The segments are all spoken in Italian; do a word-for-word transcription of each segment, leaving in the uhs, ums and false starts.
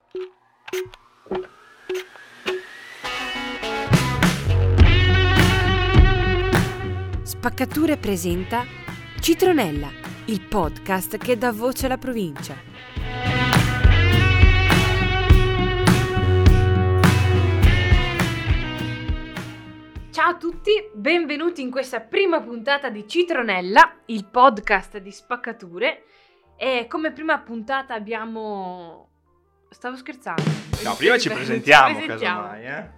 Spaccature presenta Citronella, il podcast che dà voce alla provincia. Ciao a tutti, benvenuti in questa prima puntata di Citronella, il podcast di Spaccature. E come prima puntata abbiamo... Stavo scherzando. No, prima ci presentiamo, ci presentiamo. casomai, eh.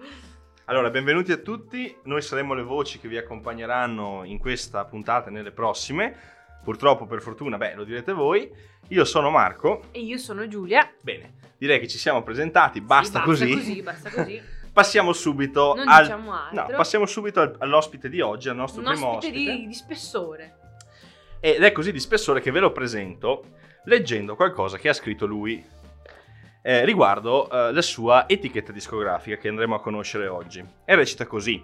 Allora, benvenuti a tutti. Noi saremo le voci che vi accompagneranno in questa puntata e nelle prossime. Purtroppo, per fortuna, beh, lo direte voi. Io sono Marco. E io sono Giulia. Bene, direi che ci siamo presentati, basta, sì, basta così. così. Basta così. Passiamo subito non al... diciamo altro. No, passiamo subito al- all'ospite di oggi, al nostro Un primo ospite ospite. di, di spessore. Ed è così di spessore che ve lo presento leggendo qualcosa che ha scritto lui eh, riguardo eh, la sua etichetta discografica che andremo a conoscere oggi. E recita così: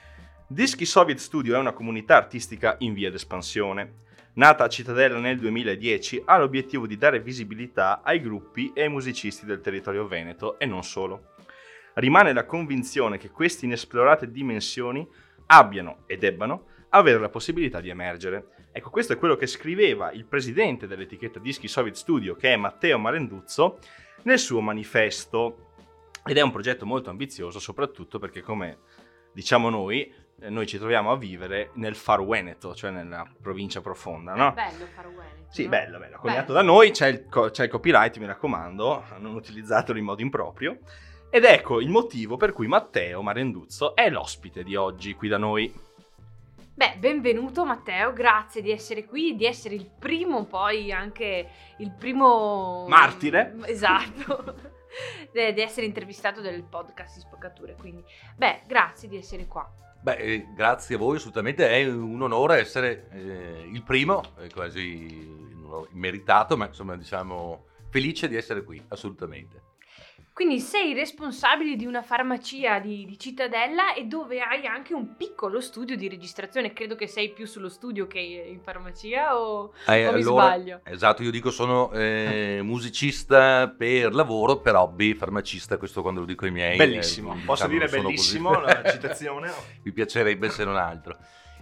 Dischi Soviet Studio è una comunità artistica in via d'espansione. Nata a Cittadella nel duemiladieci, ha l'obiettivo di dare visibilità ai gruppi e ai musicisti del territorio veneto e non solo. Rimane la convinzione che queste inesplorate dimensioni abbiano e debbano avere la possibilità di emergere. Ecco, questo è quello che scriveva il presidente dell'etichetta Dischi Soviet Studio, che è Matteo Marenduzzo, nel suo manifesto. Ed è un progetto molto ambizioso, soprattutto perché, come diciamo noi, eh, noi ci troviamo a vivere nel Far Veneto, cioè nella provincia profonda, no? È bello Far Veneto. Sì, no? bello, bello. Coniato Bello. da noi, c'è il, co- c'è il copyright, mi raccomando, non utilizzatelo in modo improprio. Ed ecco il motivo per cui Matteo Marenduzzo è l'ospite di oggi qui da noi. Beh, benvenuto Matteo, grazie di essere qui, di essere il primo, poi anche il primo... Martire. Esatto, di essere intervistato del podcast di Spaccature, quindi, beh, grazie di essere qua. Beh, eh, grazie a voi, assolutamente, è un onore essere eh, il primo, è quasi meritato, ma insomma diciamo felice di essere qui, assolutamente. Quindi sei responsabile di una farmacia di, di Cittadella e dove hai anche un piccolo studio di registrazione. Credo che sei più sullo studio che in farmacia o, Eh, o mi allora, sbaglio? Esatto, io dico sono eh, musicista per lavoro, per hobby, farmacista, questo quando lo dico ai miei. Bellissimo, eh, posso diciamo, dire non sono bellissimo così. la citazione? Mi piacerebbe se non altro.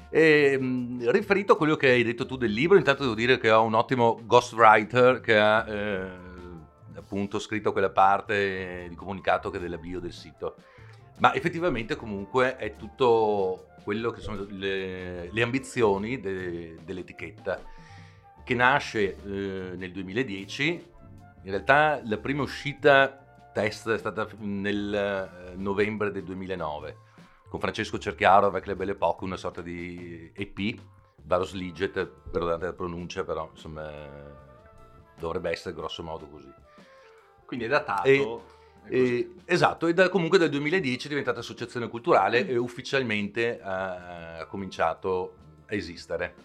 E, mh, riferito a quello che hai detto tu del libro, intanto devo dire che ho un ottimo ghostwriter che ha... Eh, appunto scritto quella parte di comunicato che è della bio del sito, ma effettivamente comunque è tutto quello che sono le, le ambizioni de, dell'etichetta, che nasce eh, nel duemiladieci. In realtà la prima uscita test è stata nel eh, novembre del duemilanove con Francesco Cerchiaro, avec la Belle Époque, una sorta di E P, Varos Liget, perdonate la pronuncia, però insomma dovrebbe essere grosso modo così. Quindi è datato. E, e, esatto, e da, comunque dal duemiladieci è diventata associazione culturale e ufficialmente ha, ha cominciato a esistere.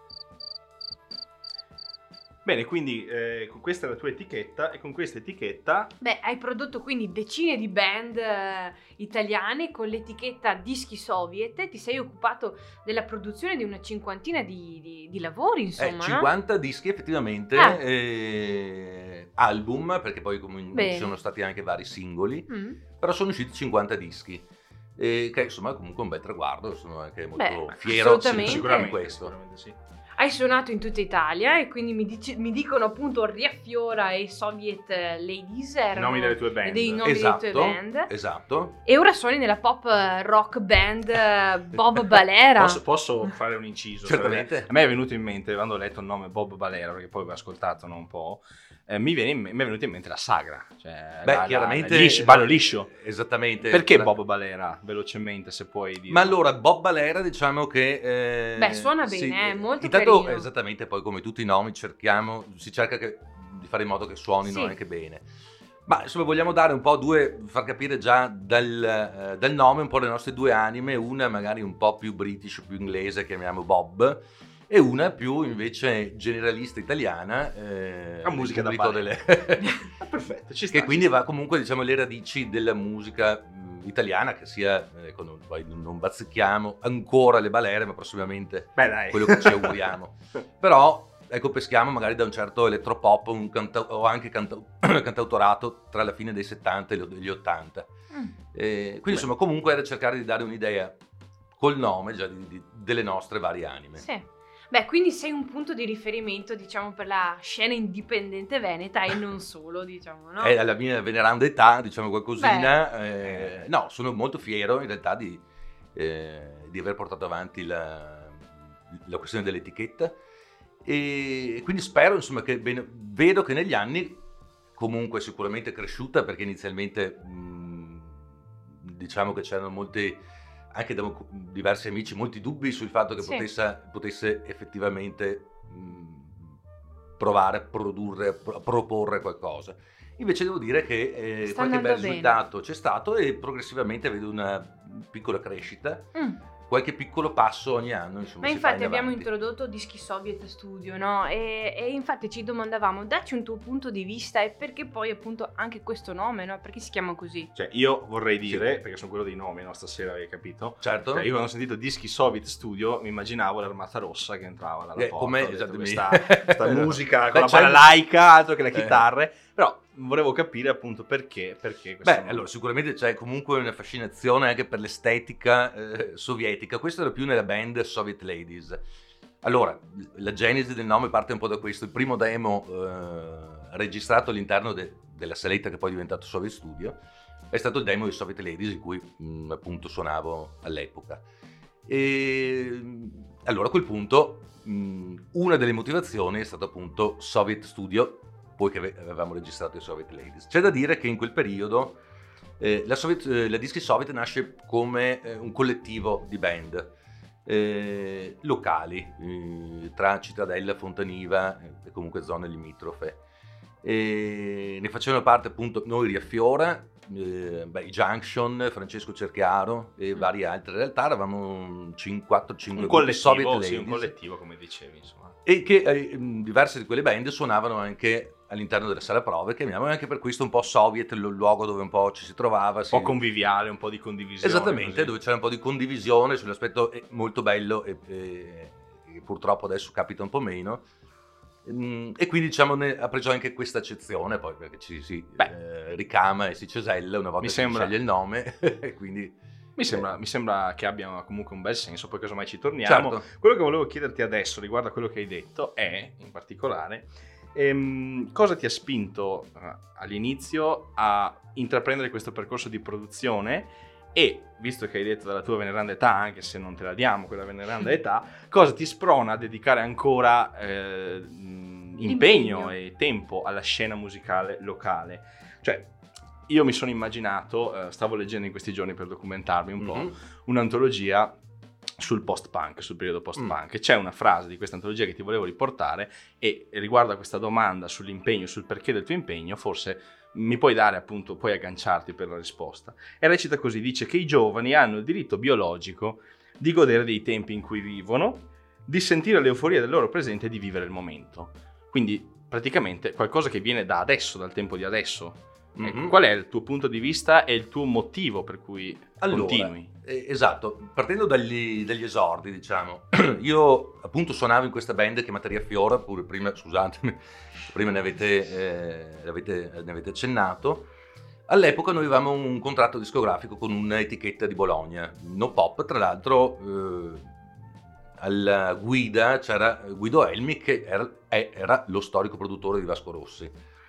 Bene, quindi eh, questa è la tua etichetta e con questa etichetta... Beh, hai prodotto quindi decine di band eh, italiane con l'etichetta Dischi Soviet, ti sei occupato della produzione di una cinquantina di, di, di lavori, insomma, Eh, cinquanta no? dischi effettivamente, Ah. eh, album, perché poi comunque Bene. ci sono stati anche vari singoli, Mm. però sono usciti cinquanta dischi, eh, che insomma è comunque un bel traguardo, sono anche molto Beh, fiero assolutamente. di Sicuramente, questo. sicuramente sì. Hai suonato in tutta Italia e quindi mi, dici- mi dicono appunto Riaffiora e Soviet Ladies erano Nomi delle tue band. dei nomi Esatto, delle tue band. esatto. E ora suoni nella pop rock band eh, Bob Balera. Posso, posso fare un inciso? Certamente. A me è venuto in mente, quando ho letto il nome Bob Balera, perché poi ho ascoltato no, un po', eh, mi, viene in, mi è venuta in mente la sagra. Cioè, Beh, la- la- chiaramente... la liscio, ballo liscio. Esattamente. Perché La- Bob Balera? Velocemente, se puoi dire. Ma allora, Bob Balera, diciamo che... eh, Beh, suona bene, sì, è molto intanto, carino. esattamente, poi come tutti i nomi cerchiamo, si cerca che- di fare in modo che suonino Sì. anche bene. Ma insomma vogliamo dare un po' due, far capire già dal, eh, dal nome un po' le nostre due anime, una magari un po' più british, più inglese, chiamiamo Bob, e una più invece generalista italiana, eh, La musica da pubblico ballet. delle... Ah, perfetto, ci sta. che quindi va comunque diciamo le radici della musica mh, italiana, che sia, ecco, non, poi non bazzichiamo ancora le balere, ma prossimamente Beh, dai. quello che ci auguriamo. Però ecco, peschiamo magari da un certo elettropop un canta- o anche canta- cantautorato tra la fine dei settanta e gli ottanta. Mm. E quindi insomma comunque era cercare di dare un'idea col nome già di, di, delle nostre varie anime. Sì. Beh, quindi sei un punto di riferimento, diciamo, per la scena indipendente veneta e non solo, diciamo, no? È alla mia veneranda età, diciamo qualcosina. Eh, no, sono molto fiero in realtà di, eh, di aver portato avanti la, la questione dell'etichetta e quindi spero, insomma, che bene, vedo che negli anni comunque sicuramente è cresciuta, perché inizialmente mh, diciamo che c'erano molti, anche da diversi amici, molti dubbi sul fatto che sì. potesse, potesse effettivamente mh, provare a produrre, a proporre qualcosa. Invece devo dire che eh, qualche bel bene. risultato c'è stato e progressivamente vedo una piccola crescita. Mm. Qualche piccolo passo ogni anno, insomma. Ma infatti abbiamo introdotto Dischi Soviet Studio, no? E, e infatti ci domandavamo, dacci un tuo punto di vista e perché poi appunto anche questo nome, no? Perché si chiama così? Cioè io vorrei dire, sì. perché sono quello dei nomi, no? Stasera hai capito? Certo. Cioè, io quando ho sentito Dischi Soviet Studio mi immaginavo l'Armata Rossa che entrava dalla eh, porta. Come questa, questa musica con Beh, la balalaika, altro che le chitarre. Eh. Però volevo capire appunto perché, perché Beh, nome. Allora sicuramente c'è comunque una fascinazione anche per l'estetica eh, sovietica. Questo era più nella band Soviet Ladies. Allora, la genesi del nome parte un po' da questo. Il primo demo eh, registrato all'interno de- della saletta che poi è diventato Soviet Studio è stato il demo di Soviet Ladies, in cui mh, appunto suonavo all'epoca. E allora a quel punto mh, una delle motivazioni è stato appunto Soviet Studio, poi che avevamo registrato i Soviet Ladies. C'è da dire che in quel periodo eh, la, Soviet, eh, la Dischi Soviet nasce come eh, un collettivo di band eh, locali eh, tra Cittadella, Fontaniva e comunque zone limitrofe. E ne facevano parte appunto noi Riaffiora, eh, beh, i Junction, Francesco Cerchiaro e vari altri. In realtà eravamo quattro cinque un collettivo, Soviet Ladies, sì, un collettivo come dicevi, insomma. E che eh, diverse di quelle band suonavano anche all'interno della sala prove, chiamiamolo, anche per questo un po' Soviet, il luogo dove un po' ci si trovava. Un si... po' conviviale, un po' di condivisione. Esattamente, così. Dove c'era un po' di condivisione sull'aspetto molto bello e, e, e purtroppo adesso capita un po' meno. E quindi diciamo ne ha preso anche questa accezione, poi perché ci si eh, ricama e si cesella una volta mi che sembra... si sceglie il nome e quindi... Mi sembra, eh. mi sembra che abbia comunque un bel senso, poi casomai ci torniamo. Certo. Quello che volevo chiederti adesso riguardo a quello che hai detto è, in particolare, ehm, cosa ti ha spinto uh, all'inizio a intraprendere questo percorso di produzione e, visto che hai detto dalla tua veneranda età, anche se non te la diamo quella veneranda età, cosa ti sprona a dedicare ancora eh, impegno Impegno. e tempo alla scena musicale locale? Cioè, io mi sono immaginato, eh, stavo leggendo in questi giorni per documentarmi un mm-hmm. po', un'antologia sul post-punk, sul periodo post-punk. Mm. E c'è una frase di questa antologia che ti volevo riportare e riguardo a questa domanda sull'impegno, sul perché del tuo impegno, forse mi puoi dare appunto, puoi agganciarti per la risposta. E recita così, dice che i giovani hanno il diritto biologico di godere dei tempi in cui vivono, di sentire l'euforia del loro presente e di vivere il momento. Quindi praticamente qualcosa che viene da adesso, dal tempo di adesso. Mm-hmm. Ecco, qual è il tuo punto di vista e il tuo motivo per cui allora, continui? Eh, esatto, partendo dagli, dagli esordi, diciamo, io appunto suonavo in questa band chiamata Riaffiora, pure prima, scusatemi, prima ne avete, eh, avete, ne avete accennato. All'epoca noi avevamo un contratto discografico con un'etichetta di Bologna, No Pop, tra l'altro eh, alla guida c'era Guido Elmi che era, era lo storico produttore di Vasco Rossi.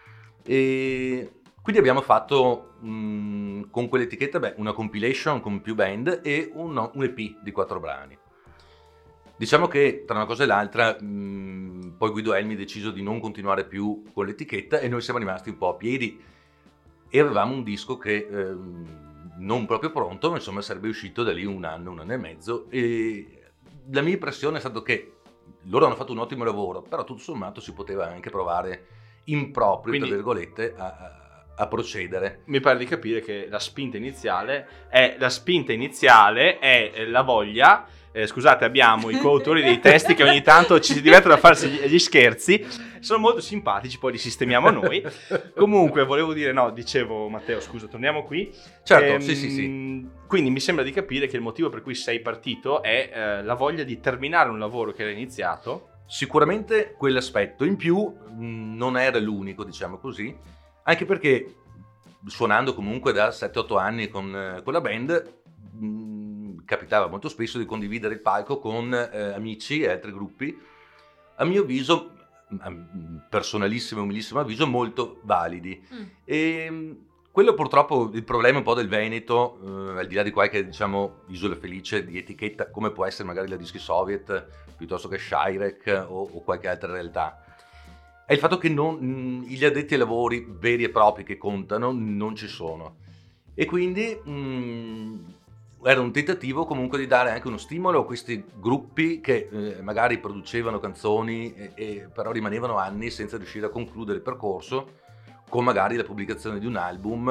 E quindi abbiamo fatto mh, con quell'etichetta beh, una compilation con più band e un, un E P di quattro brani. Diciamo che tra una cosa e l'altra mh, poi Guido Elmi ha deciso di non continuare più con l'etichetta e noi siamo rimasti un po' a piedi e avevamo un disco che ehm, non proprio pronto, ma insomma sarebbe uscito da lì un anno, un anno e mezzo, e la mia impressione è stata che loro hanno fatto un ottimo lavoro, però tutto sommato si poteva anche provare in proprio, Quindi, tra virgolette, a, a a procedere. Mi pare di capire che la spinta iniziale è la spinta iniziale è la voglia. Eh, scusate, abbiamo i coautori dei testi che ogni tanto ci si divertono a farsi gli, gli scherzi. Sono molto simpatici, poi li sistemiamo noi. Comunque, volevo dire, no, dicevo, Matteo, scusa, torniamo qui. Certo, ehm, sì, sì, sì. Quindi mi sembra di capire che il motivo per cui sei partito è eh, la voglia di terminare un lavoro che era iniziato sicuramente quell'aspetto. In più mh, non era l'unico, diciamo così, anche perché suonando comunque da sette otto anni con, con la band, mh, capitava molto spesso di condividere il palco con eh, amici e altri gruppi, a mio avviso, personalissimo e umilissimo avviso, molto validi. Mm. E quello purtroppo il problema un po' del Veneto, eh, al di là di qualche, diciamo, isola felice di etichetta, come può essere magari la Dischi Soviet, piuttosto che Shirek o, o qualche altra realtà, è il fatto che non, mh, gli addetti ai lavori veri e propri che contano non ci sono. E quindi mh, era un tentativo comunque di dare anche uno stimolo a questi gruppi che eh, magari producevano canzoni e, e però rimanevano anni senza riuscire a concludere il percorso, con magari la pubblicazione di un album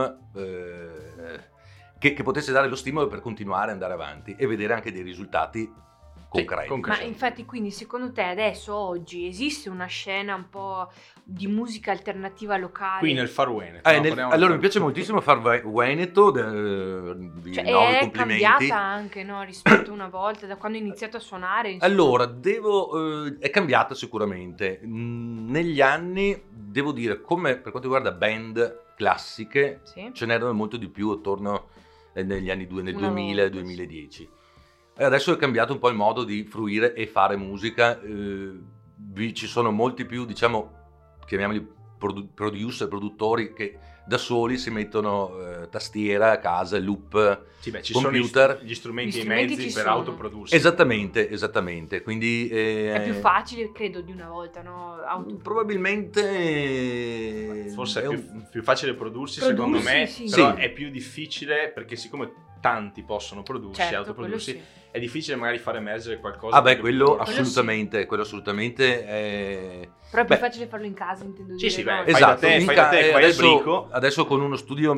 eh, che, che potesse dare lo stimolo per continuare ad andare avanti e vedere anche dei risultati concreti. Sì, concreti. Ma infatti, quindi secondo te adesso, oggi, esiste una scena un po' di musica alternativa locale? Qui nel Far Veneto. Eh, no? nel, allora mi piace moltissimo Far Veneto, de, di cioè, nuovi è complimenti. cambiata anche, no, rispetto a una volta, da quando hai iniziato a suonare? Insomma. Allora, devo, eh, è cambiata sicuramente. Mm, negli anni, devo dire, come per quanto riguarda band classiche, sì, ce n'erano molto di più attorno eh, negli anni due, nel duemila duemiladieci. E adesso è cambiato un po' il modo di fruire e fare musica, eh, vi, ci sono molti più, diciamo, chiamiamoli produ- producer, produttori che da soli si mettono eh, tastiera a casa, loop, sì, beh, ci computer. Sono gli strumenti gli e i strumenti mezzi ci per sono. autoprodursi. Esattamente, esattamente. Quindi eh, è più facile, credo, di una volta, no? Auto- probabilmente forse è, è più, un... più facile prodursi, prodursi secondo me, sì. però Sì. è più difficile perché siccome tanti possono prodursi, certo, autoprodursi, quello sì, è difficile magari far emergere qualcosa. Ah beh, che quello quello assolutamente, sì. quello assolutamente è... Però è più beh, facile farlo in casa, intendo sì, dire. sì, no? beh, esatto, fai da te, mica, fai da te, eh, fai adesso, il brico. adesso con uno studio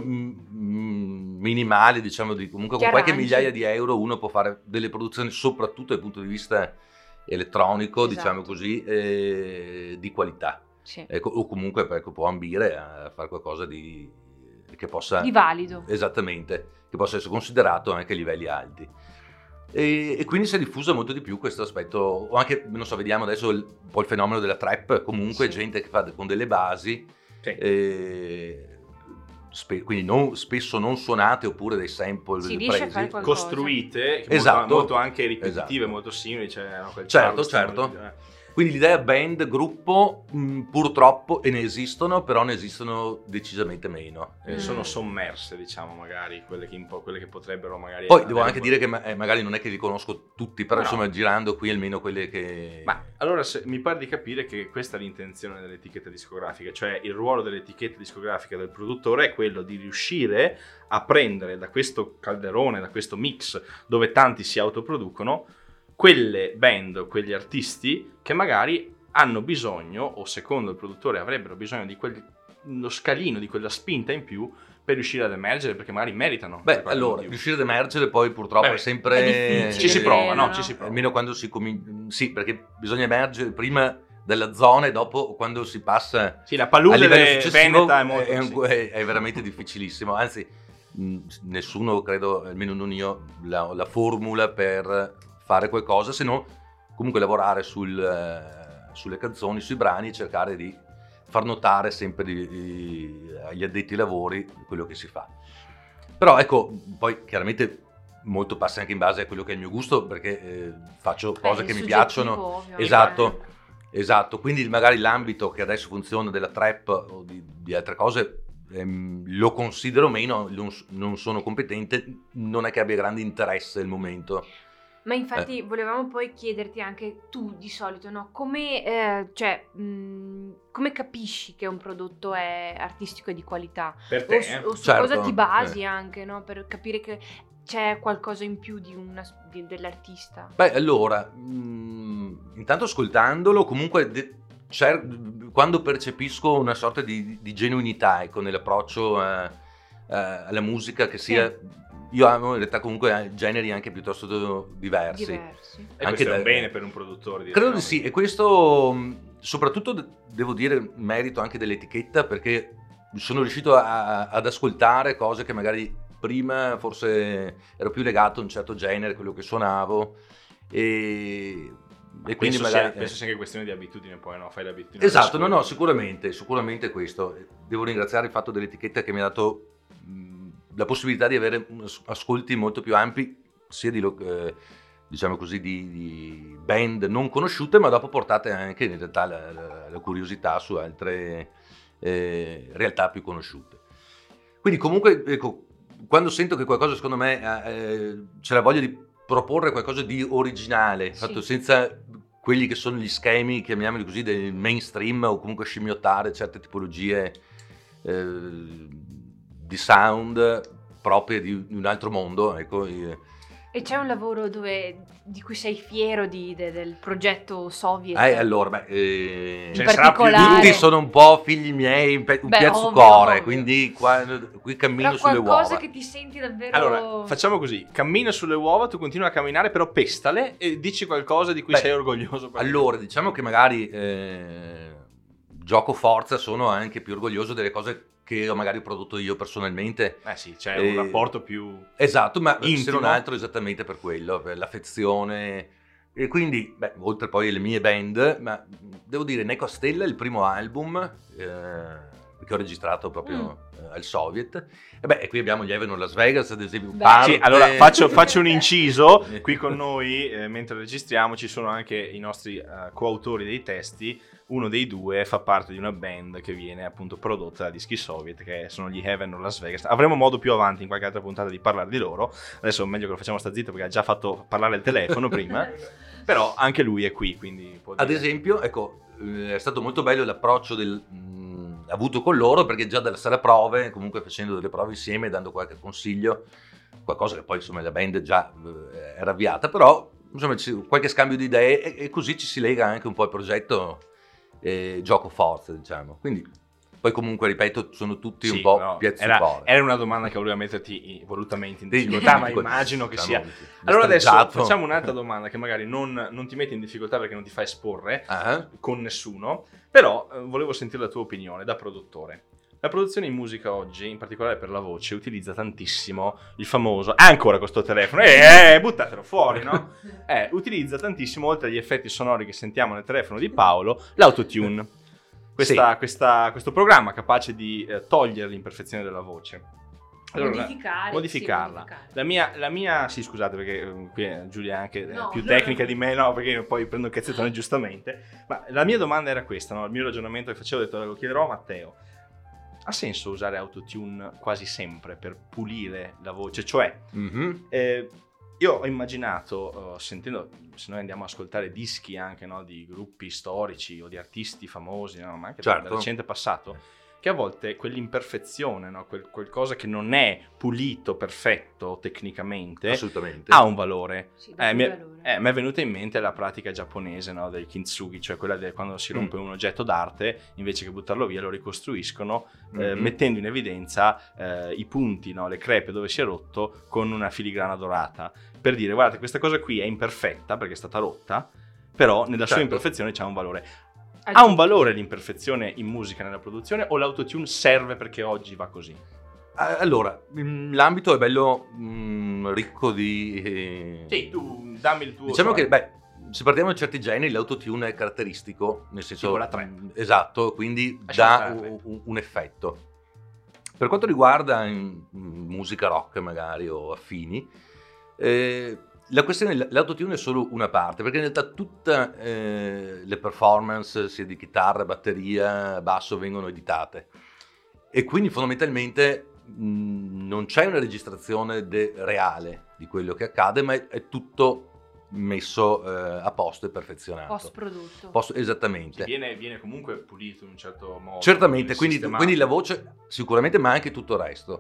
mm, minimale, diciamo, di, comunque con qualche migliaia di euro uno può fare delle produzioni, soprattutto dal punto di vista elettronico, esatto, diciamo così, eh, di qualità. Sì. Ecco, o comunque ecco, può ambire a fare qualcosa di che possa... Di valido. Esattamente, che possa essere considerato anche a livelli alti. E, e quindi si è diffuso molto di più questo aspetto, o anche, non so, vediamo adesso il, un po' il fenomeno della trap, comunque sì, gente che fa con delle basi, sì, e, spe, quindi non, spesso non suonate oppure dei sample si presi, costruite, esatto, molto, molto anche ripetitive, esatto, molto simili, cioè, no, quel certo, certo. certo. Quindi l'idea band, gruppo, mh, purtroppo, e ne esistono, però ne esistono decisamente meno. Eh, mm. Sono sommerse, diciamo, magari, quelle che, un po', quelle che potrebbero magari... Poi devo anche dire che ma- eh, magari non è che li conosco tutti, però no, insomma no, girando qui almeno quelle che... Ma allora se, mi pare di capire che questa è l'intenzione dell'etichetta discografica, cioè il ruolo dell'etichetta discografica del produttore è quello di riuscire a prendere da questo calderone, da questo mix dove tanti si autoproducono, quelle band o quegli artisti che magari hanno bisogno, o secondo il produttore avrebbero bisogno di quello scalino, di quella spinta in più per riuscire ad emergere, perché magari meritano. Beh, allora, riuscire ad emergere poi purtroppo Beh, è sempre... È ci si prova, no? no? Ci si prova. Almeno quando si comincia... Sì, perché bisogna emergere prima della zona e dopo quando si passa... Sì, la palude veneta è molto... È, sì, è, è veramente difficilissimo, anzi mh, nessuno, credo, almeno non io, la, la formula per fare qualcosa, se no comunque lavorare sul, uh, sulle canzoni, sui brani e cercare di far notare sempre di, di, agli addetti ai lavori quello che si fa. Però ecco, poi chiaramente molto passa anche in base a quello che è il mio gusto, perché eh, faccio cose Beh, che mi piacciono. ovvio, Esatto, eh. esatto. Quindi magari l'ambito che adesso funziona della trap o di, di altre cose ehm, lo considero meno, non, non sono competente, non è che abbia grande interesse al momento. Ma infatti eh. volevamo poi chiederti anche tu di solito, no? Come, eh, cioè, mh, come capisci che un prodotto è artistico e di qualità? Per te, o, eh? o su certo. cosa ti basi eh. anche, no? Per capire che c'è qualcosa in più di una, di, dell'artista. Beh, allora, mh, intanto ascoltandolo, comunque de- cer- quando percepisco una sorta di, di genuinità, ecco, nell'approccio a, a, alla musica, che sia... Sì. Io amo in realtà comunque generi anche piuttosto diversi. Diversi. E anche questo da, è un bene per un produttore. Direi, credo no? di sì, e questo soprattutto devo dire merito anche dell'etichetta, perché sono riuscito a, ad ascoltare cose che magari prima forse ero più legato a un certo genere, quello che suonavo, e e quindi penso, magari, sia, penso eh. sia anche questione di abitudine, poi no, fai l'abitudine. Esatto, no, no, sicuramente, sicuramente questo. Devo ringraziare il fatto dell'etichetta che mi ha dato mh, la possibilità di avere ascolti molto più ampi, sia di, eh, diciamo così, di, di band non conosciute, ma dopo portate anche in realtà la, la, la curiosità su altre eh, realtà più conosciute. Quindi comunque, ecco, quando sento che qualcosa secondo me eh, c'è la voglia di proporre qualcosa di originale, Sì. fatto senza quelli che sono gli schemi, chiamiamoli così, del mainstream, o comunque scimmiottare certe tipologie eh, di sound proprie di un altro mondo, ecco. eh. E c'è un lavoro dove, di cui sei fiero di, de- del progetto Soviet? Eh, allora, beh, eh, In ce ne sarà più di particolare, tutti sono un po' figli miei, un, pe- un Beh, pezzo ovvio, cuore, ovvio. quindi qua, qui cammino però sulle qualcosa uova. che ti senti davvero... Allora, facciamo così, cammina sulle uova, tu continui a camminare, però pestale e dici qualcosa di cui Beh, sei orgoglioso. Allora, diciamo che magari eh, gioco forza, sono anche più orgoglioso delle cose che ho magari prodotto io personalmente. Eh sì, c'è Eh, un rapporto più... Esatto, ma se intimo. non altro esattamente per quello, per l'affezione. E quindi, beh, oltre poi alle mie band, ma devo dire, Neco a Stella, il primo album eh, che ho registrato proprio eh, al Soviet. E beh, e qui abbiamo gli Evan Las Vegas, ad esempio. Beh. parte- Sì, allora faccio, faccio un inciso, qui con noi, eh, mentre registriamo, ci sono anche i nostri eh, coautori dei testi. Uno dei due fa parte di una band che viene appunto prodotta da Dischi Soviet, che sono gli Heaven o Las Vegas. Avremo modo più avanti in qualche altra puntata di parlare di loro. Adesso è meglio che lo facciamo sta zitto perché ha già fatto parlare il telefono prima. Però anche lui è qui, quindi può Ad dire. esempio, ecco, eh, è stato molto bello l'approccio del, mh, avuto con loro, perché già dalla sala prove, comunque facendo delle prove insieme, dando qualche consiglio, qualcosa che poi insomma la band già eh, era avviata, però insomma ci- qualche scambio di idee e, e così ci si lega anche un po' al progetto eh, gioco forza, diciamo. Quindi poi comunque, ripeto, sono tutti Sì, un po' no, piazzi era, cuore. era una domanda che voleva metterti volutamente in Sì, difficoltà, ma dico, immagino che diciamo, sia. Allora adesso destreggiato. facciamo un'altra domanda che magari non, non ti mette in difficoltà perché non ti fa esporre Ah, con nessuno, però eh, volevo sentire la tua opinione da produttore. La produzione in musica oggi, in particolare per la voce, utilizza tantissimo il famoso, ah, ancora con sto telefono, eh, eh, buttatelo fuori, no? Eh, utilizza tantissimo, oltre agli effetti sonori che sentiamo nel telefono di Paolo, l'autotune. Questa, Sì. questa, questo programma capace di eh, togliere l'imperfezione della voce. Allora, modificare, modificarla. sì, modificare. La mia, la mia, sì, scusate, perché eh, qui eh, Giulia è anche eh, No, più no, tecnica no. di me, no, perché io poi prendo il cazzettone giustamente. Ma la mia domanda era questa, no? Il mio ragionamento che facevo, ho detto, lo chiederò a Matteo. Ha senso usare autotune quasi sempre per pulire la voce? Cioè, mhm. eh, io ho immaginato, uh, sentendo, se noi andiamo a ascoltare dischi anche, no, di gruppi storici o di artisti famosi, no, ma anche Certo. del recente passato, che a volte quell'imperfezione, no, quel, qualcosa che non è pulito, perfetto tecnicamente, Assolutamente. ha un valore. Sì, dà Eh, più mi, è, valore. eh, mi è venuta in mente la pratica giapponese, no, del kintsugi, cioè quella di quando si rompe Mm. un oggetto d'arte, invece che buttarlo via lo ricostruiscono, eh, Mhm. mettendo in evidenza eh, i punti, no, le crepe dove si è rotto con una filigrana dorata, per dire guardate, questa cosa qui è imperfetta perché è stata rotta, però nella sua Certo. imperfezione c'ha un valore. Ha un valore l'imperfezione in musica nella produzione o l'autotune serve perché oggi va così? Ah, Allora, mm, l'ambito è bello mm, ricco di... eh, Sì, tu dammi il tuo. Diciamo cioè, che, beh, se partiamo da certi generi, l'autotune è caratteristico, nel senso... Tipo la tre. mm, Esatto, quindi Lasciamo dà stare la tre. un, un- un effetto. Per quanto riguarda mm, musica rock magari o affini, eh, la questione, l'autotune è solo una parte, perché in realtà tutte eh, le performance, sia di chitarra, batteria, basso, vengono editate. E quindi fondamentalmente mh, non c'è una registrazione de- reale di quello che accade, ma è, è tutto messo eh, a posto e perfezionato. Post prodotto. Post- esattamente. viene, viene comunque pulito in un certo modo. Certamente, viene quindi, sistemato. quindi la voce sicuramente, ma anche tutto il resto.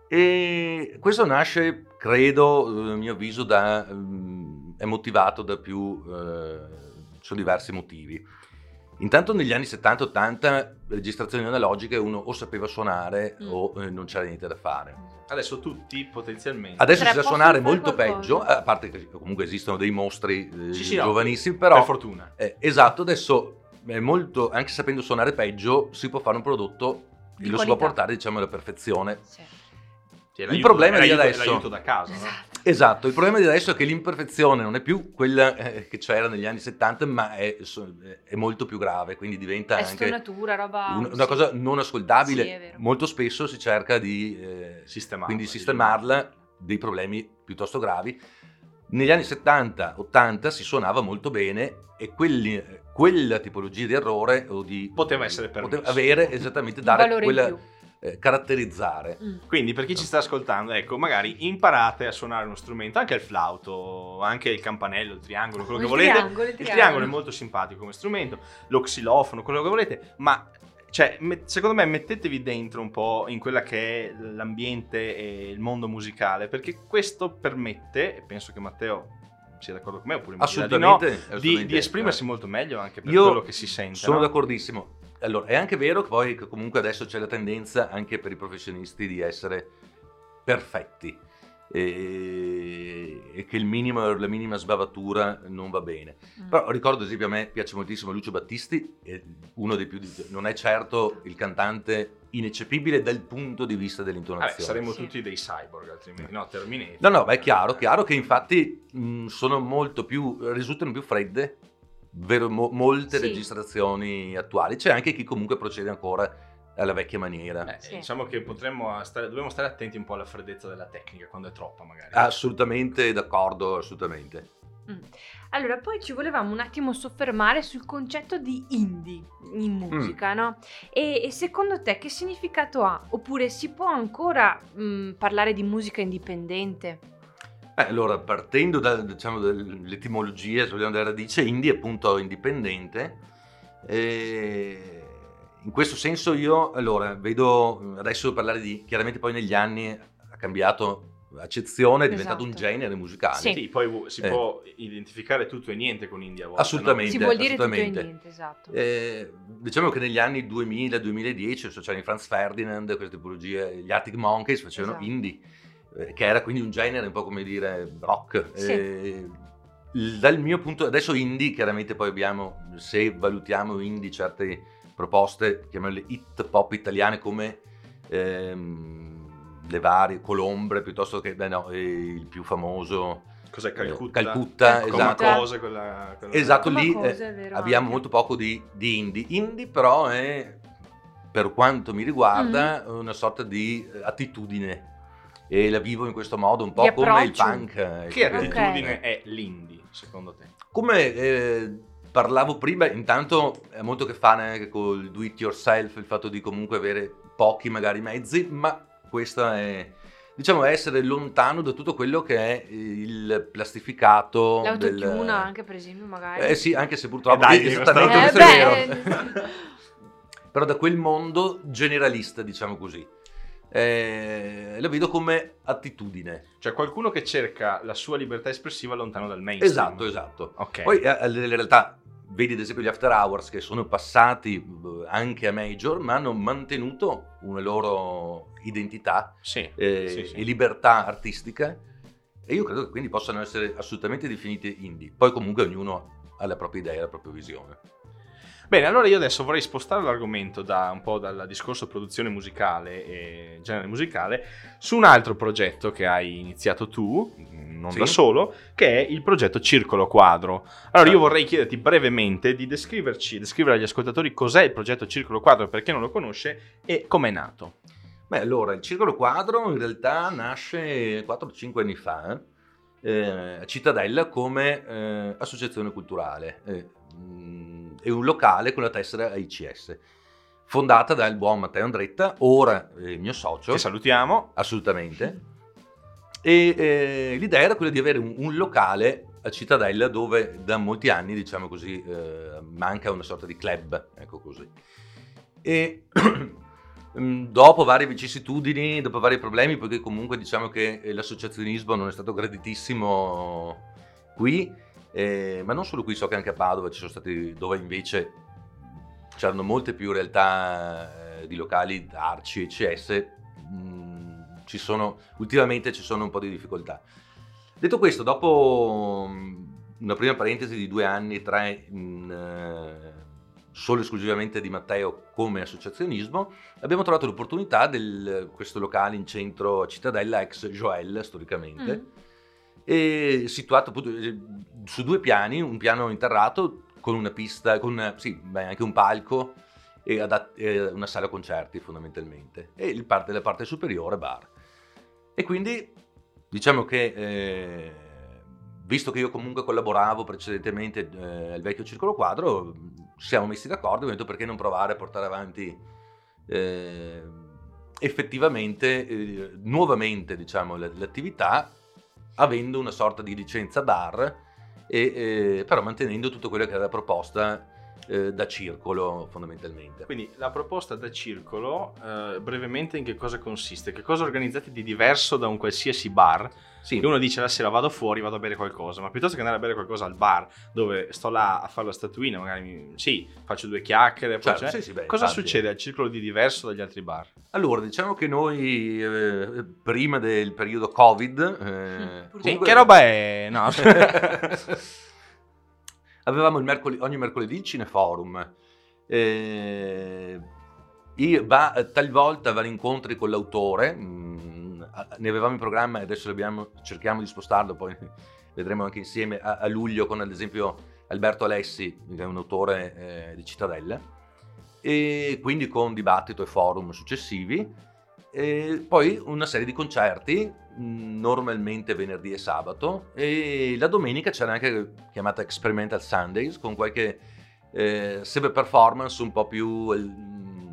E questo nasce, credo, a mio avviso, da, mm, è motivato da più, eh, sono diversi motivi. Intanto negli anni settanta ottanta, registrazioni analogiche, uno o sapeva suonare Mm. o eh, non c'era niente da fare. Adesso tutti potenzialmente. Adesso Tre, si sa posso suonare fare molto qualcosa? peggio, a parte che comunque esistono dei mostri eh, Sì, sì, no, giovanissimi, però... per fortuna. Eh, esatto, adesso è molto, anche sapendo suonare peggio, si può fare un prodotto Di che lo si può qualità. portare, diciamo, alla perfezione. Sì. Sì, il problema di l'aiuto, adesso l'aiuto da casa, no? Esatto. Esatto, il problema di adesso è che l'imperfezione non è più quella eh, che c'era negli anni settanta, ma è, è molto più grave, quindi diventa È anche stonatura, roba... un- una sì. cosa non ascoltabile. Sì, è vero. Molto spesso si cerca di eh, Sistemarla, quindi diciamo. sistemarla, dei problemi piuttosto gravi. Negli anni settanta ottanta si suonava molto bene e quelli, quella tipologia di errore o di Poteva essere permesso. poteva avere esattamente Un dare valore in quella più. eh, caratterizzare. Mm. Quindi per chi ci sta ascoltando, ecco, magari imparate a suonare uno strumento, anche il flauto, anche il campanello, il triangolo, quello Il che volete. triangolo, il Il triangolo. triangolo è molto simpatico come strumento, lo xilofono, quello che volete, ma cioè, me- secondo me mettetevi dentro un po' in quella che è l'ambiente e il mondo musicale, perché questo permette, e penso che Matteo sia d'accordo con me, oppure mi dirà di no, Assolutamente, di, assolutamente. di esprimersi molto meglio anche per Io quello che si sente. Sono no? d'accordissimo. Allora, è anche vero che poi che comunque adesso c'è la tendenza anche per i professionisti di essere perfetti e, e che il minimo, la minima sbavatura non va bene. Mm. Però ricordo, ad esempio, a me piace moltissimo Lucio Battisti, è uno dei più di- non è certo il cantante ineccepibile dal punto di vista Vabbè, dell'intonazione. saremmo Sì. tutti dei cyborg, altrimenti no, Terminator. No, no, ma è chiaro, chiaro che infatti mh, sono molto più, risultano più fredde, vero, mo- molte Sì. registrazioni attuali. C'è anche chi comunque procede ancora alla vecchia maniera. Eh, Sì. Diciamo che potremmo stare, dobbiamo stare attenti un po' alla freddezza della tecnica quando è troppa, magari. Assolutamente d'accordo, assolutamente. Mm. Allora, poi ci volevamo un attimo soffermare sul concetto di indie in musica, no? E, e secondo te che significato ha? Oppure si può ancora mm, parlare di musica indipendente? Eh, allora, partendo da, diciamo, dall'etimologia, se vogliamo dalla radice, indie è appunto indipendente. E in questo senso io, allora, vedo, adesso parlare di, chiaramente poi negli anni ha cambiato accezione, è diventato un Esatto. genere musicale. Sì. Sì, poi si Eh. può identificare tutto e niente con indie a volte. Assolutamente. Si vuol dire tutto e assolutamente. niente, esatto. Eh, diciamo che negli anni duemila duemiladieci c'erano i Franz Ferdinand, queste tipologie, gli Arctic Monkeys facevano Esatto. indie, eh, che era quindi un genere un po' come dire rock. Sì. Eh, il- dal mio punto, adesso indie, chiaramente poi abbiamo, se valutiamo indie certe proposte, chiamiamole hit pop italiane come ehm, le varie Colombre, piuttosto che beh, no, eh, il più famoso No? Cos'è Calcutta? Calcutta, Calcutta. Come esatto. cose, quella, quella- Esatto, Come lì cosa, eh, è vero, abbiamo anche. molto poco di, di indie. Indie però è, per quanto mi riguarda, Mm. una sorta di eh, attitudine e la vivo in questo modo, un po' Di come il approccio. punk. eh, Che che- attitudine è l'indie, secondo te? Come eh, parlavo prima, intanto ha molto a che fare anche col do it yourself, il fatto di comunque avere pochi magari mezzi, ma questa è, diciamo, essere lontano da tutto quello che è il plastificato L'autotune del... anche, per esempio, magari. Eh sì, anche se purtroppo Eh dai, esattamente Eh, questo beh, è vero. Però da quel mondo generalista, diciamo così, eh, lo vedo come attitudine. Cioè qualcuno che cerca la sua libertà espressiva lontano dal mainstream. Esatto, esatto. Ok. Poi eh, in realtà vedi ad esempio gli After Hours che sono passati eh, anche a major, ma hanno mantenuto una loro identità sì, eh, sì, sì. e libertà artistica, e io credo che quindi possano essere assolutamente definiti indie. Poi comunque ognuno ha la propria idea, la propria visione. Bene, allora io adesso vorrei spostare l'argomento da un po' dal discorso produzione musicale e genere musicale su un altro progetto che hai iniziato tu, non Sì. da solo, che è il progetto Circolo Quadro. Allora io Certo. vorrei chiederti brevemente di descriverci, descrivere agli ascoltatori cos'è il progetto Circolo Quadro per chi non lo conosce e com'è nato. Beh, allora, il Circolo Quadro in realtà nasce quattro cinque anni fa eh, a Cittadella come eh, associazione culturale. Eh, mh, è un locale con la tessera A I C S, fondata dal buon Matteo Andretta, ora eh, mio socio. Ci salutiamo. Assolutamente. E eh, l'idea era quella di avere un, un locale a Cittadella dove da molti anni, diciamo così, eh, manca una sorta di club, ecco così. E dopo varie vicissitudini, dopo vari problemi, perché comunque diciamo che l'associazionismo non è stato graditissimo qui, eh, ma non solo qui, so che anche a Padova ci sono stati, dove invece c'erano molte più realtà eh, di locali Arci e C S, mh, ci sono, ultimamente ci sono un po' di difficoltà. Detto questo, dopo mh, una prima parentesi di due anni, tre in, eh, solo esclusivamente di Matteo come associazionismo, abbiamo trovato l'opportunità di questo locale in centro a Cittadella, ex Joel storicamente, mm. e situato appunto su due piani, un piano interrato con una pista, con sì, beh, anche un palco e adat- e una sala concerti fondamentalmente, e il parte, la parte superiore bar. E quindi diciamo che eh, visto che io comunque collaboravo precedentemente eh, al vecchio Circolo Quadro, ci siamo messi d'accordo e abbiamo detto perché non provare a portare avanti eh, effettivamente eh, nuovamente diciamo l- l'attività, avendo una sorta di licenza bar e eh, però mantenendo tutto quello che era la proposta eh, da circolo fondamentalmente. Quindi la proposta da circolo eh, brevemente in che cosa consiste? Che cosa organizzate di diverso da un qualsiasi bar? Sì. Che uno dice la sera vado fuori, vado a bere qualcosa, ma piuttosto che andare a bere qualcosa al bar dove sto là a fare la statuina, magari mi, sì, faccio due chiacchiere, poi Certo, sì, sì, beh, cosa infatti. succede al circolo di diverso dagli altri bar? Allora, diciamo che noi eh, prima del periodo Covid eh, Sì, comunque- che roba è? No. avevamo il mercoledì, ogni mercoledì il Cineforum. Eh, io va, talvolta va incontri con l'autore, mh, ne avevamo in programma e adesso abbiamo, cerchiamo di spostarlo, poi vedremo anche insieme a, a luglio con ad esempio Alberto Alessi, che è un autore eh, di Cittadella, e quindi con dibattito e forum successivi, e poi una serie di concerti, mh, normalmente venerdì e sabato, e la domenica c'era anche chiamata Experimental Sundays con qualche eh, sempre performance un po' più eh,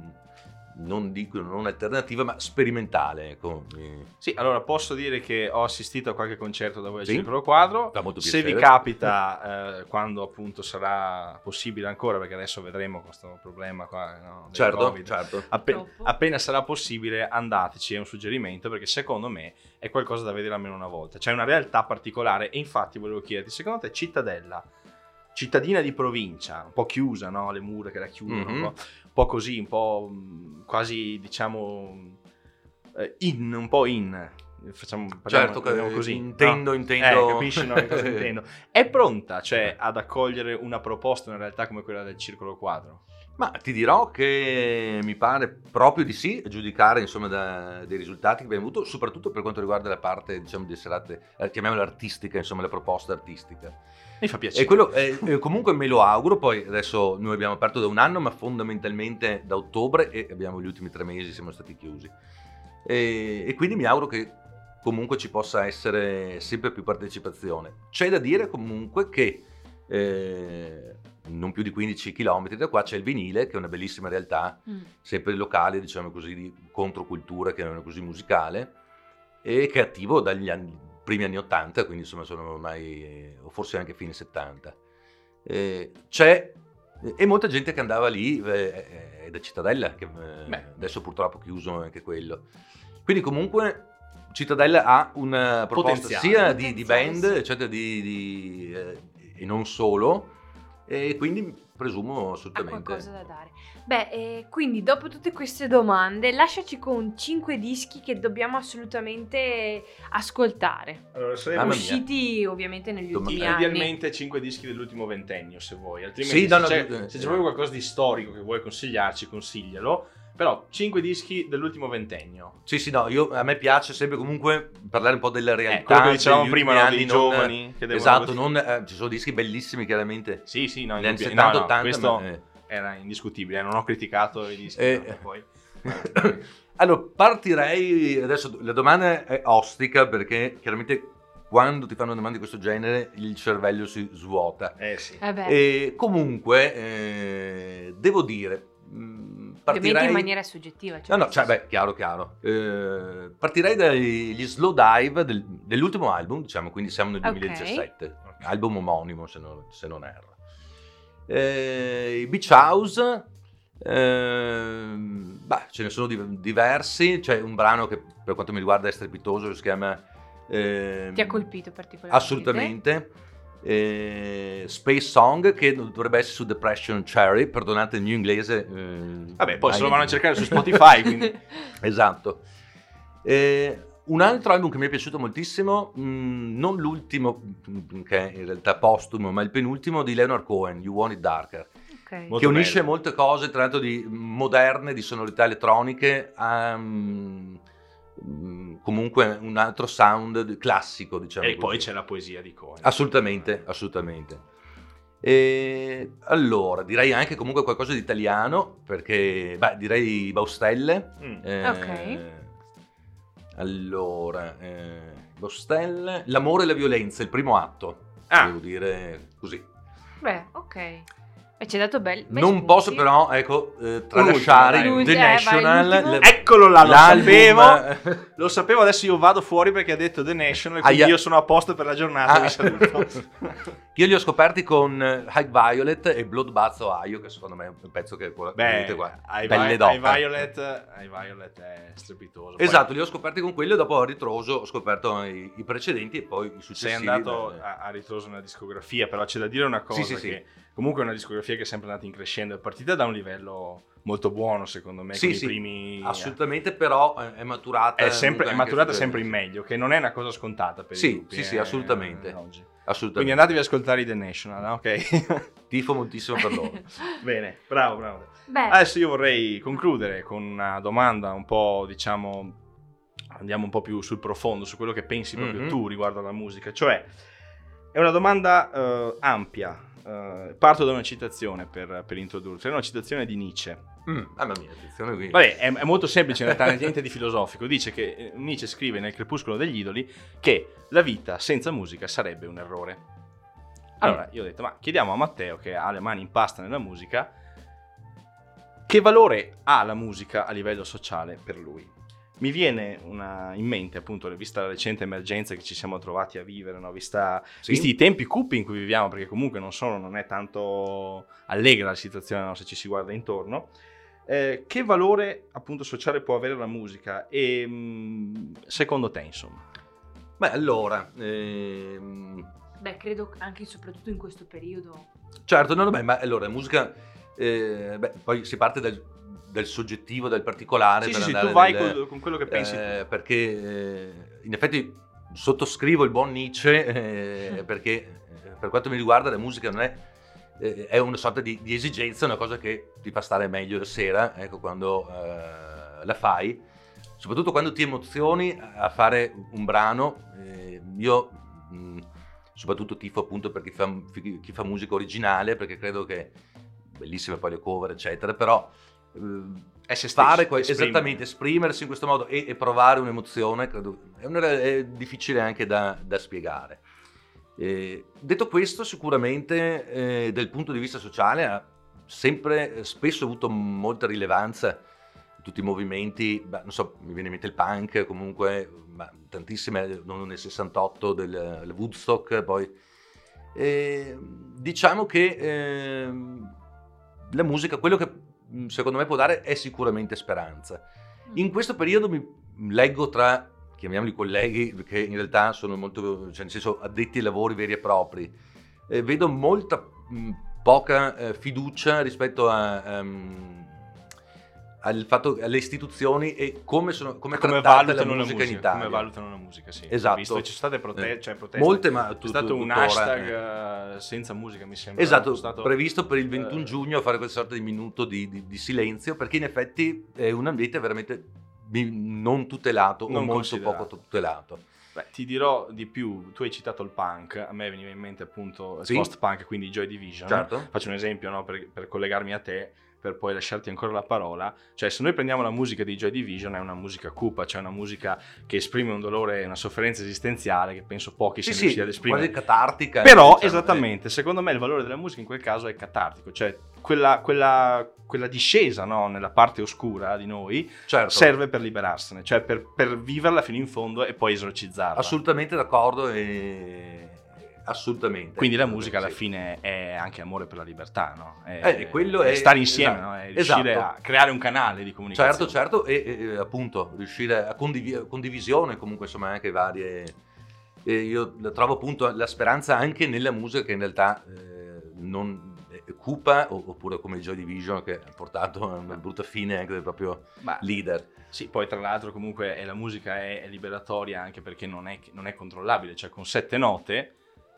non dico non alternativa ma sperimentale, ecco. Sì, allora posso dire che ho assistito a qualche concerto da voi al Sì? Circolo Quadro. Fa molto Se piacere. vi capita eh, quando appunto sarà possibile ancora, perché adesso vedremo questo problema qua, no, del Certo, Covid. certo. Appe- Troppo. appena sarà possibile andateci, è un suggerimento, perché secondo me è qualcosa da vedere almeno una volta. C'è una realtà particolare e infatti volevo chiederti, secondo te Cittadella, cittadina di provincia, un po' chiusa, no? Le mura che la chiudono, Mm-hmm. un, po', un po' così, un po' mh, quasi diciamo eh, in, un po' in, facciamo parliamo- Certo, parliamo che- così, intendo, no? intendo. Eh, capisci no, che cosa intendo? È pronta, cioè, ad accogliere una proposta, una realtà come quella del Circolo Quadro? Ma ti dirò che mi pare proprio di sì, a giudicare insomma da, dei risultati che abbiamo avuto, soprattutto per quanto riguarda la parte diciamo di serate, eh, chiamiamola artistica, insomma la proposta artistica. Mi fa piacere. E quello eh, eh, comunque me lo auguro, poi adesso noi abbiamo aperto da un anno, ma fondamentalmente da ottobre e abbiamo gli ultimi tre mesi siamo stati chiusi. E, e quindi mi auguro che comunque ci possa essere sempre più partecipazione. C'è da dire comunque che eh, non più di quindici chilometri da qua c'è il Vinile, che è una bellissima realtà, Mm. sempre locale, diciamo così, di controcultura, che non è così musicale, e che è attivo dagli anni, primi anni ottanta, quindi insomma sono ormai, o forse anche fine settanta. Eh, c'è, e molta gente che andava lì, eh, è da Cittadella, che eh, Beh. adesso purtroppo è chiuso anche quello. Quindi comunque Cittadella ha una proposta Potenziale. sia di, di Potenziale, band, sì. eccetera, di, di, eh, e non solo, e quindi presumo Ha assolutamente. qualcosa da dare. Beh, eh, quindi dopo tutte queste domande, lasciaci con cinque dischi che dobbiamo assolutamente ascoltare. Allora, Mamma mia. Usciti ovviamente negli Dom- ultimi anni. idealmente cinque dischi dell'ultimo ventennio, se vuoi, altrimenti Sì, no, se, no, c'è, eh, se c'è eh. proprio qualcosa di storico che vuoi consigliarci, consiglialo. Però cinque dischi dell'ultimo ventennio. Sì, sì, no, io, a me piace sempre comunque parlare un po' della realtà. Eh, quello che dicevamo degli prima, ultimi no, anni, dei non- giovani che devono Esatto, così- non, eh, ci sono dischi bellissimi chiaramente. Sì, sì, no, negli anni indubbi- settanta no, no, ottanta, questo ma, eh. era indiscutibile, eh, non ho criticato i dischi. Eh. no, poi. Allora, partirei, adesso la domanda è ostica perché chiaramente quando ti fanno domande di questo genere il cervello si svuota. Eh sì. Eh beh, E comunque, eh, devo dire, mh, ovviamente partirei... in maniera soggettiva. Cioè No, no, cioè, beh, chiaro, chiaro. Eh, partirei dagli slow dive del- dell'ultimo album, diciamo, quindi siamo nel Ok. duemiladiciassette, album omonimo se non, se non erro. Eh, I Beach House, ehm, beh, ce ne sono di- diversi, c'è un brano che per quanto mi riguarda è strepitoso, che si chiama... ehm, Ti ha colpito particolarmente? Assolutamente. Eh, Space Song, che dovrebbe essere su Depression Cherry, perdonate il mio inglese. eh, Vabbè, poi se lo hai- vanno a cercare su Spotify, quindi... Esatto. Eh, un altro album che mi è piaciuto moltissimo, mh, non l'ultimo, mh, che è in realtà postumo, ma il penultimo, di Leonard Cohen, You Want It Darker. Ok. Molto che unisce bello. molte cose, tra l'altro di moderne, di sonorità elettroniche, a mm, mm, comunque un altro sound di- classico, diciamo E poi così. c'è la poesia di Cohen. Assolutamente, assolutamente. E allora, direi anche comunque qualcosa di italiano, perché, beh, direi Baustelle. Mm. Eh, Ok. Allora, eh, Baustelle, L'amore e la violenza, il primo atto, Ah. devo dire così. Beh, ok. E ci hai dato bel, bei Non spunti. posso però, ecco, eh, ultimo, tralasciare dai. The L'ultimo, eh, vai, National. l'ultimo. l- Eccolo là, lo l'album- sapevo. Lo sapevo, adesso io vado fuori perché ha detto The National, quindi Aia. io sono a posto per la giornata, Ah. vi saluto. Io li ho scoperti con eh, High Violet e Bloodbath Ohio, che secondo me è un pezzo che può Beh, vedete qua, ai, pelle Vi- d'oca. ai Violet, ai Violet è strepitoso. Poi Esatto, li ho scoperti con quello e dopo a ritroso ho scoperto i, i precedenti e poi i sei successivi. andato beh, a, a ritroso nella discografia, però c'è da dire una cosa, Sì, sì, che sì. comunque è una discografia che è sempre andata in crescendo, è partita da un livello molto buono secondo me, Sì, con sì, i primi... assolutamente, però è, è maturata. È, sempre, è comunque anche maturata su- sempre in meglio, che non è una cosa scontata per Sì, i gruppi. sì, sì, eh, assolutamente. oggi. Assolutamente. Quindi andatevi ad ascoltare i The National, eh, ok? Tifo moltissimo per loro. Bene, bravo, bravo. Beh, Adesso io vorrei concludere con una domanda un po', diciamo, andiamo un po' più sul profondo, su quello che pensi proprio Mhm. tu riguardo alla musica. Cioè, è una domanda eh, ampia. Eh, parto da una citazione per, per introdurti. È una citazione di Nietzsche. Mm, mamma mia, attenzione qui. Vabbè, è, è molto semplice, in realtà, niente di filosofico. Dice che eh, Nietzsche scrive nel Crepuscolo degli idoli che la vita senza musica sarebbe un errore. Allora, io ho detto, ma chiediamo a Matteo, che ha le mani in pasta nella musica, che valore ha la musica a livello sociale per lui? Mi viene una, in mente, appunto, vista la recente emergenza che ci siamo trovati a vivere, no? Vista, Sì. visti i tempi cupi in cui viviamo, perché comunque non sono, non è tanto allegra la situazione, no? Se ci si guarda intorno. Eh, che valore, appunto, sociale può avere la musica? E mh, secondo te, insomma? Beh, allora, ehm, beh, credo anche e soprattutto in questo periodo. certo, no, no, beh, ma allora, musica, eh, beh, poi si parte dal, dal soggettivo, dal particolare. Sì, per sì, sì, andare tu vai nel- con, con quello che pensi eh, tu. perché eh, in effetti sottoscrivo il buon Nietzsche, eh, perché eh, per quanto mi riguarda la musica non è, eh, è una sorta di, di esigenza, una cosa che ti fa stare meglio la sera, ecco, quando eh, la fai, soprattutto quando ti emozioni a fare un brano. eh, io mh, soprattutto tifo appunto per chi fa, chi fa musica originale, perché credo che bellissime poi le cover eccetera, però eh, È se stesso, fare que- esprimere. esattamente, esprimersi in questo modo e, e provare un'emozione credo è, una- è difficile anche da, da spiegare. Eh, detto questo, sicuramente eh, dal punto di vista sociale ha sempre eh, spesso avuto molta rilevanza tutti i movimenti, beh, non so, mi viene in mente il punk, comunque ma tantissime, non nel sessantotto del, del Woodstock, poi eh, diciamo che eh, la musica, quello che mh, secondo me può dare è sicuramente speranza. In questo periodo mi leggo tra, chiamiamoli colleghi, che in realtà sono molto, cioè nel senso addetti ai lavori veri e propri, eh, vedo molta mh, poca eh, fiducia rispetto a, um, al fatto, alle istituzioni e come sono come, Come trattata valutano la la musica, musica, in Italia. come valutano la musica, sì. Esatto. Ho visto che ci sono state prote- Eh. cioè proteste. Molte, ma C'è tu- stato tu- un tuttora, hashtag eh. eh, senza musica, mi sembra. Esatto, È stato- previsto per il ventuno eh, giugno a fare questa sorta di minuto di, di- di silenzio, perché in effetti è un ambiente veramente bi- non tutelato Non o molto considerato. poco tutelato. Beh, ti dirò di più, tu hai citato il punk, a me veniva in mente appunto il Sì. post-punk, quindi Joy Division. Certo. Faccio un esempio, no, per, per collegarmi a te, per poi lasciarti ancora la parola. Cioè, se noi prendiamo la musica di Joy Division, è una musica cupa, cioè una musica che esprime un dolore, una sofferenza esistenziale che penso pochi Sì, siano sì, riusciti ad esprimere. quasi catartica. Però, diciamo, esattamente, secondo me il valore della musica in quel caso è catartico, cioè quella, quella, quella discesa, no, nella parte oscura di noi eh, certo. serve per liberarsene, cioè per, per viverla fino in fondo e poi esorcizzarla. Assolutamente d'accordo e assolutamente. Quindi la musica alla Sì. fine è anche amore per la libertà, no? È, Eh, quello è- stare insieme, esatto. no? È riuscire Esatto. a creare un canale di comunicazione. Certo, certo, e, e, appunto riuscire a condiv- condivisione comunque insomma anche varie. E io la trovo appunto la speranza anche nella musica che in realtà eh, non è cupa, o- oppure come il Joy Division che ha portato a una brutta fine anche del proprio Ma- leader. Sì, poi tra l'altro comunque è, la musica è, è liberatoria anche perché non è, non è controllabile, cioè con sette note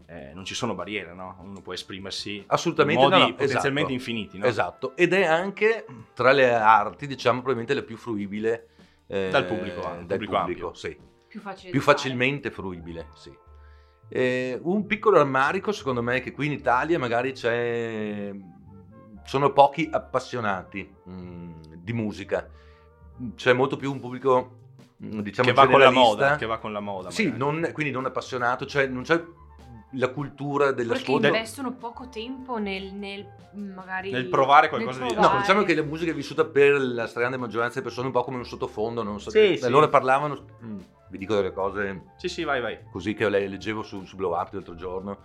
eh, non ci sono barriere, no? Uno può esprimersi assolutamente in modi no, no, potenzialmente esatto, infiniti, no? Esatto, ed è anche tra le arti, diciamo, probabilmente la più fruibile eh, Dal pubblico, eh, dal pubblico pubblico, ampio. sì. Più facile Più da fare. facilmente fruibile, sì. Eh, un piccolo rammarico secondo me è che qui in Italia magari c'è sono pochi appassionati mh, di musica, c'è molto più un pubblico mh, diciamo che va con la generalista. moda, che va con la moda. Sì, magari. non, quindi non appassionato, cioè non c'è la cultura Perché dell'ascolto. investono poco tempo nel, nel magari Nel provare qualcosa nel di- provare. No, diciamo che la musica è vissuta per la stragrande maggioranza delle persone un po' come un sottofondo, non so. Sì, sì. Allora parlavano, mh, vi dico delle cose Sì, sì, vai, vai. così che le- leggevo su, su Blow Up l'altro giorno,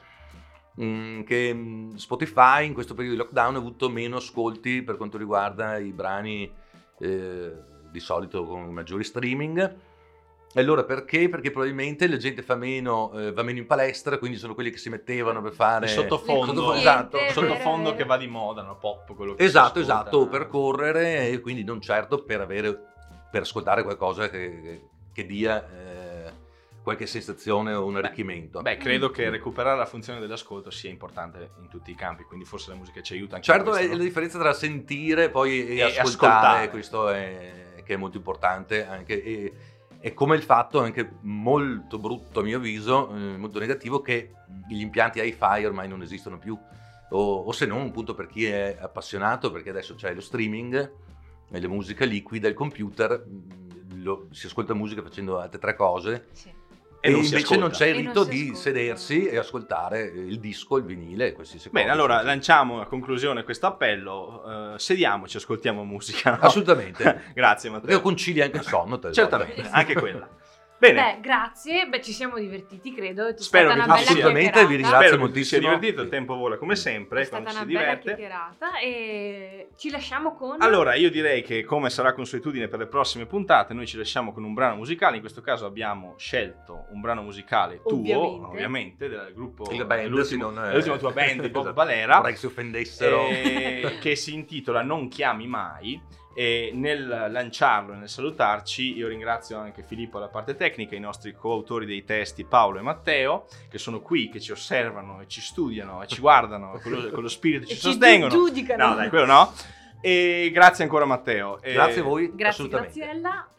mh, che mh, Spotify in questo periodo di lockdown ha avuto meno ascolti per quanto riguarda i brani eh, di solito con maggiori streaming. E allora perché? Perché probabilmente la gente fa meno, eh, va meno in palestra, quindi sono quelli che si mettevano per fare Il sottofondo, Sottofondo, esatto, vero, sottofondo vero. che va di moda, no? Pop, quello che esatto, si ascolta. esatto, per correre e quindi non certo per avere per ascoltare qualcosa che, che, che dia eh, qualche sensazione o un arricchimento. Beh, credo che recuperare la funzione dell'ascolto sia importante in tutti i campi, quindi forse la musica ci aiuta anche Certo, in questo, è no? la differenza tra sentire poi e, E ascoltare, ascoltare. questo è che è molto importante anche e, e come il fatto anche molto brutto a mio avviso, eh, molto negativo, che gli impianti hi-fi ormai non esistono più o, o se non appunto per chi è appassionato, perché adesso c'è lo streaming e la musica liquida, il computer, mh, lo- si ascolta musica facendo altre tre cose. Sì. E, non si invece ascolta. non c'è il E non rito si di ascolta. sedersi e ascoltare il disco, il vinile, qualsiasi cosa. Bene, allora Sì. lanciamo a conclusione questo appello, eh, sediamoci, ascoltiamo musica. no? Assolutamente. Grazie Perché Matteo. concili anche il sonno. te lo Certamente, dico. anche quella. Bene, Beh, grazie. Beh, ci siamo divertiti, credo. È Spero stata che una tu bella sia- Assolutamente, chiacchierata. vi ringrazio spero che ti moltissimo. sia divertito, il tempo vola come sempre È stata quando una si bella diverte. chiacchierata e ci lasciamo con... Allora, io direi che come sarà consuetudine per le prossime puntate, noi ci lasciamo con un brano musicale. In questo caso abbiamo scelto un brano musicale tuo, Ovviamente. ovviamente, del gruppo Il band, dell'ultimo- sì, non è- dell'ultima tua band di Bob Esatto. Valera, Vorrei che si offendessero. eh, che si intitola Non chiami mai. E nel lanciarlo e nel salutarci io ringrazio anche Filippo alla parte tecnica, i nostri coautori dei testi Paolo e Matteo, che sono qui, che ci osservano e ci studiano e ci guardano con lo, con lo spirito, e ci ci sostengono. giudicano. No, dai, quello no. E grazie ancora Matteo. E- Grazie a voi. Grazie assolutamente. Graziella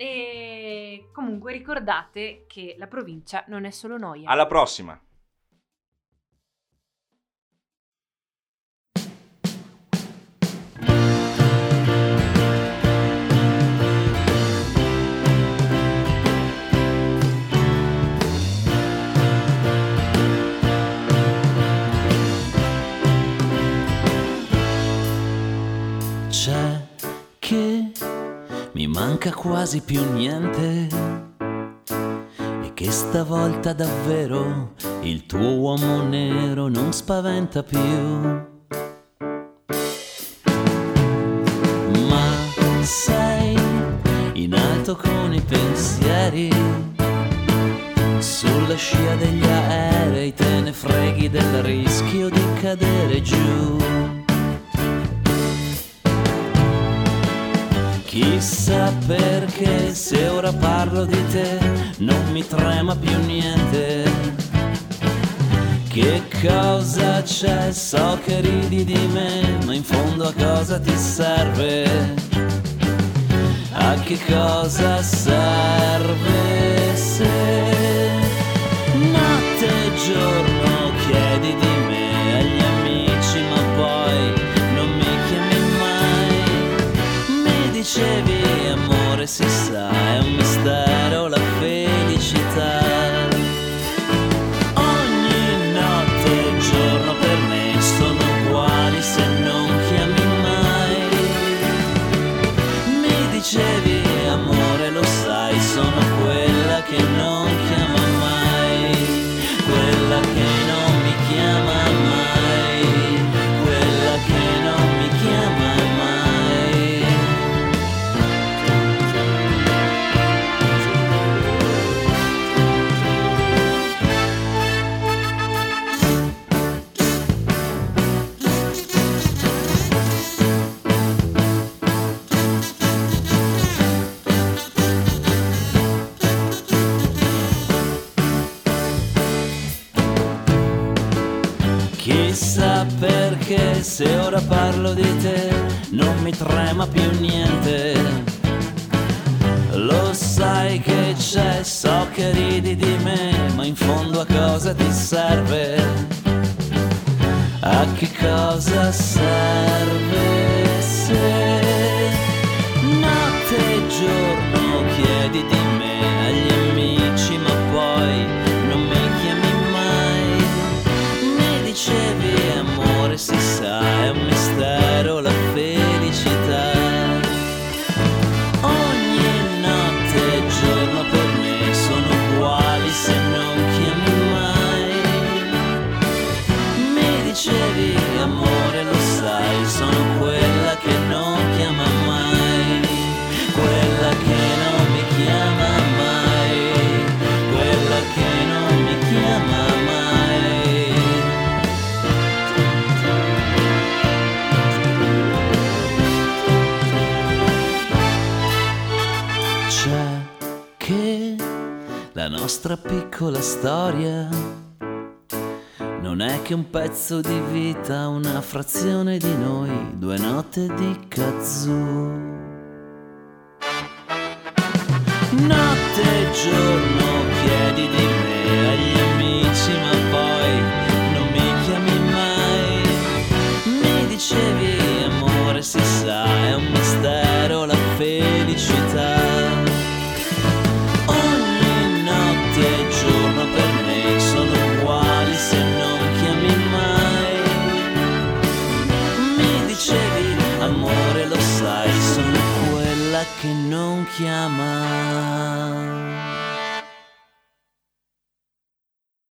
e comunque ricordate che la provincia non è solo noia. Alla prossima. C'è che mi manca quasi più niente e che stavolta davvero il tuo uomo nero non spaventa più. Ma sei in alto con i pensieri, sulla scia degli aerei te ne freghi del rischio di cadere giù. Chissà perché se ora parlo di te non mi trema più niente. Che cosa c'è? So che ridi di me, ma in fondo a cosa ti serve? A che cosa serve se notte e giorno chiedi di me agli amici, ma poi non mi chiami mai? Mi dicevi amore, si sa, è un mistero la felicità. Ogni notte e giorno per me sono uguali se non chiami mai. Mi dicevi amore, lo sai, sono quella che non chiama mai, quella che non mi chiama mai, quella che non mi chiama mai. Chissà perché se ora parlo di te non mi trema più niente. Lo sai che c'è, so che ridi di me, ma in fondo a cosa ti serve? A che cosa serve se notte e giorno chiedi di me agli amici, ma poi non mi chiami mai? Mi dicevi amore, si sa, è un mistero la felicità. Ogni notte e giorno per me sono uguali se non chiami mai. Mi dicevi amore, lo sai, sono quella che non chiama mai, quella che non mi chiama mai, quella che non mi chiama mai. C'è che la nostra piccola storia non è che un pezzo di vita, una frazione di noi, due note di kazoo. Notte e giorno chiedi di me agli amici, ma poi non mi chiami mai. Mi dicevi amore, si sa, è un mistero la felicità. Ogni notte e giorno per me sono uguali se non chiami mai. Mi dicevi amore, lo sai, sono quella che non chiama.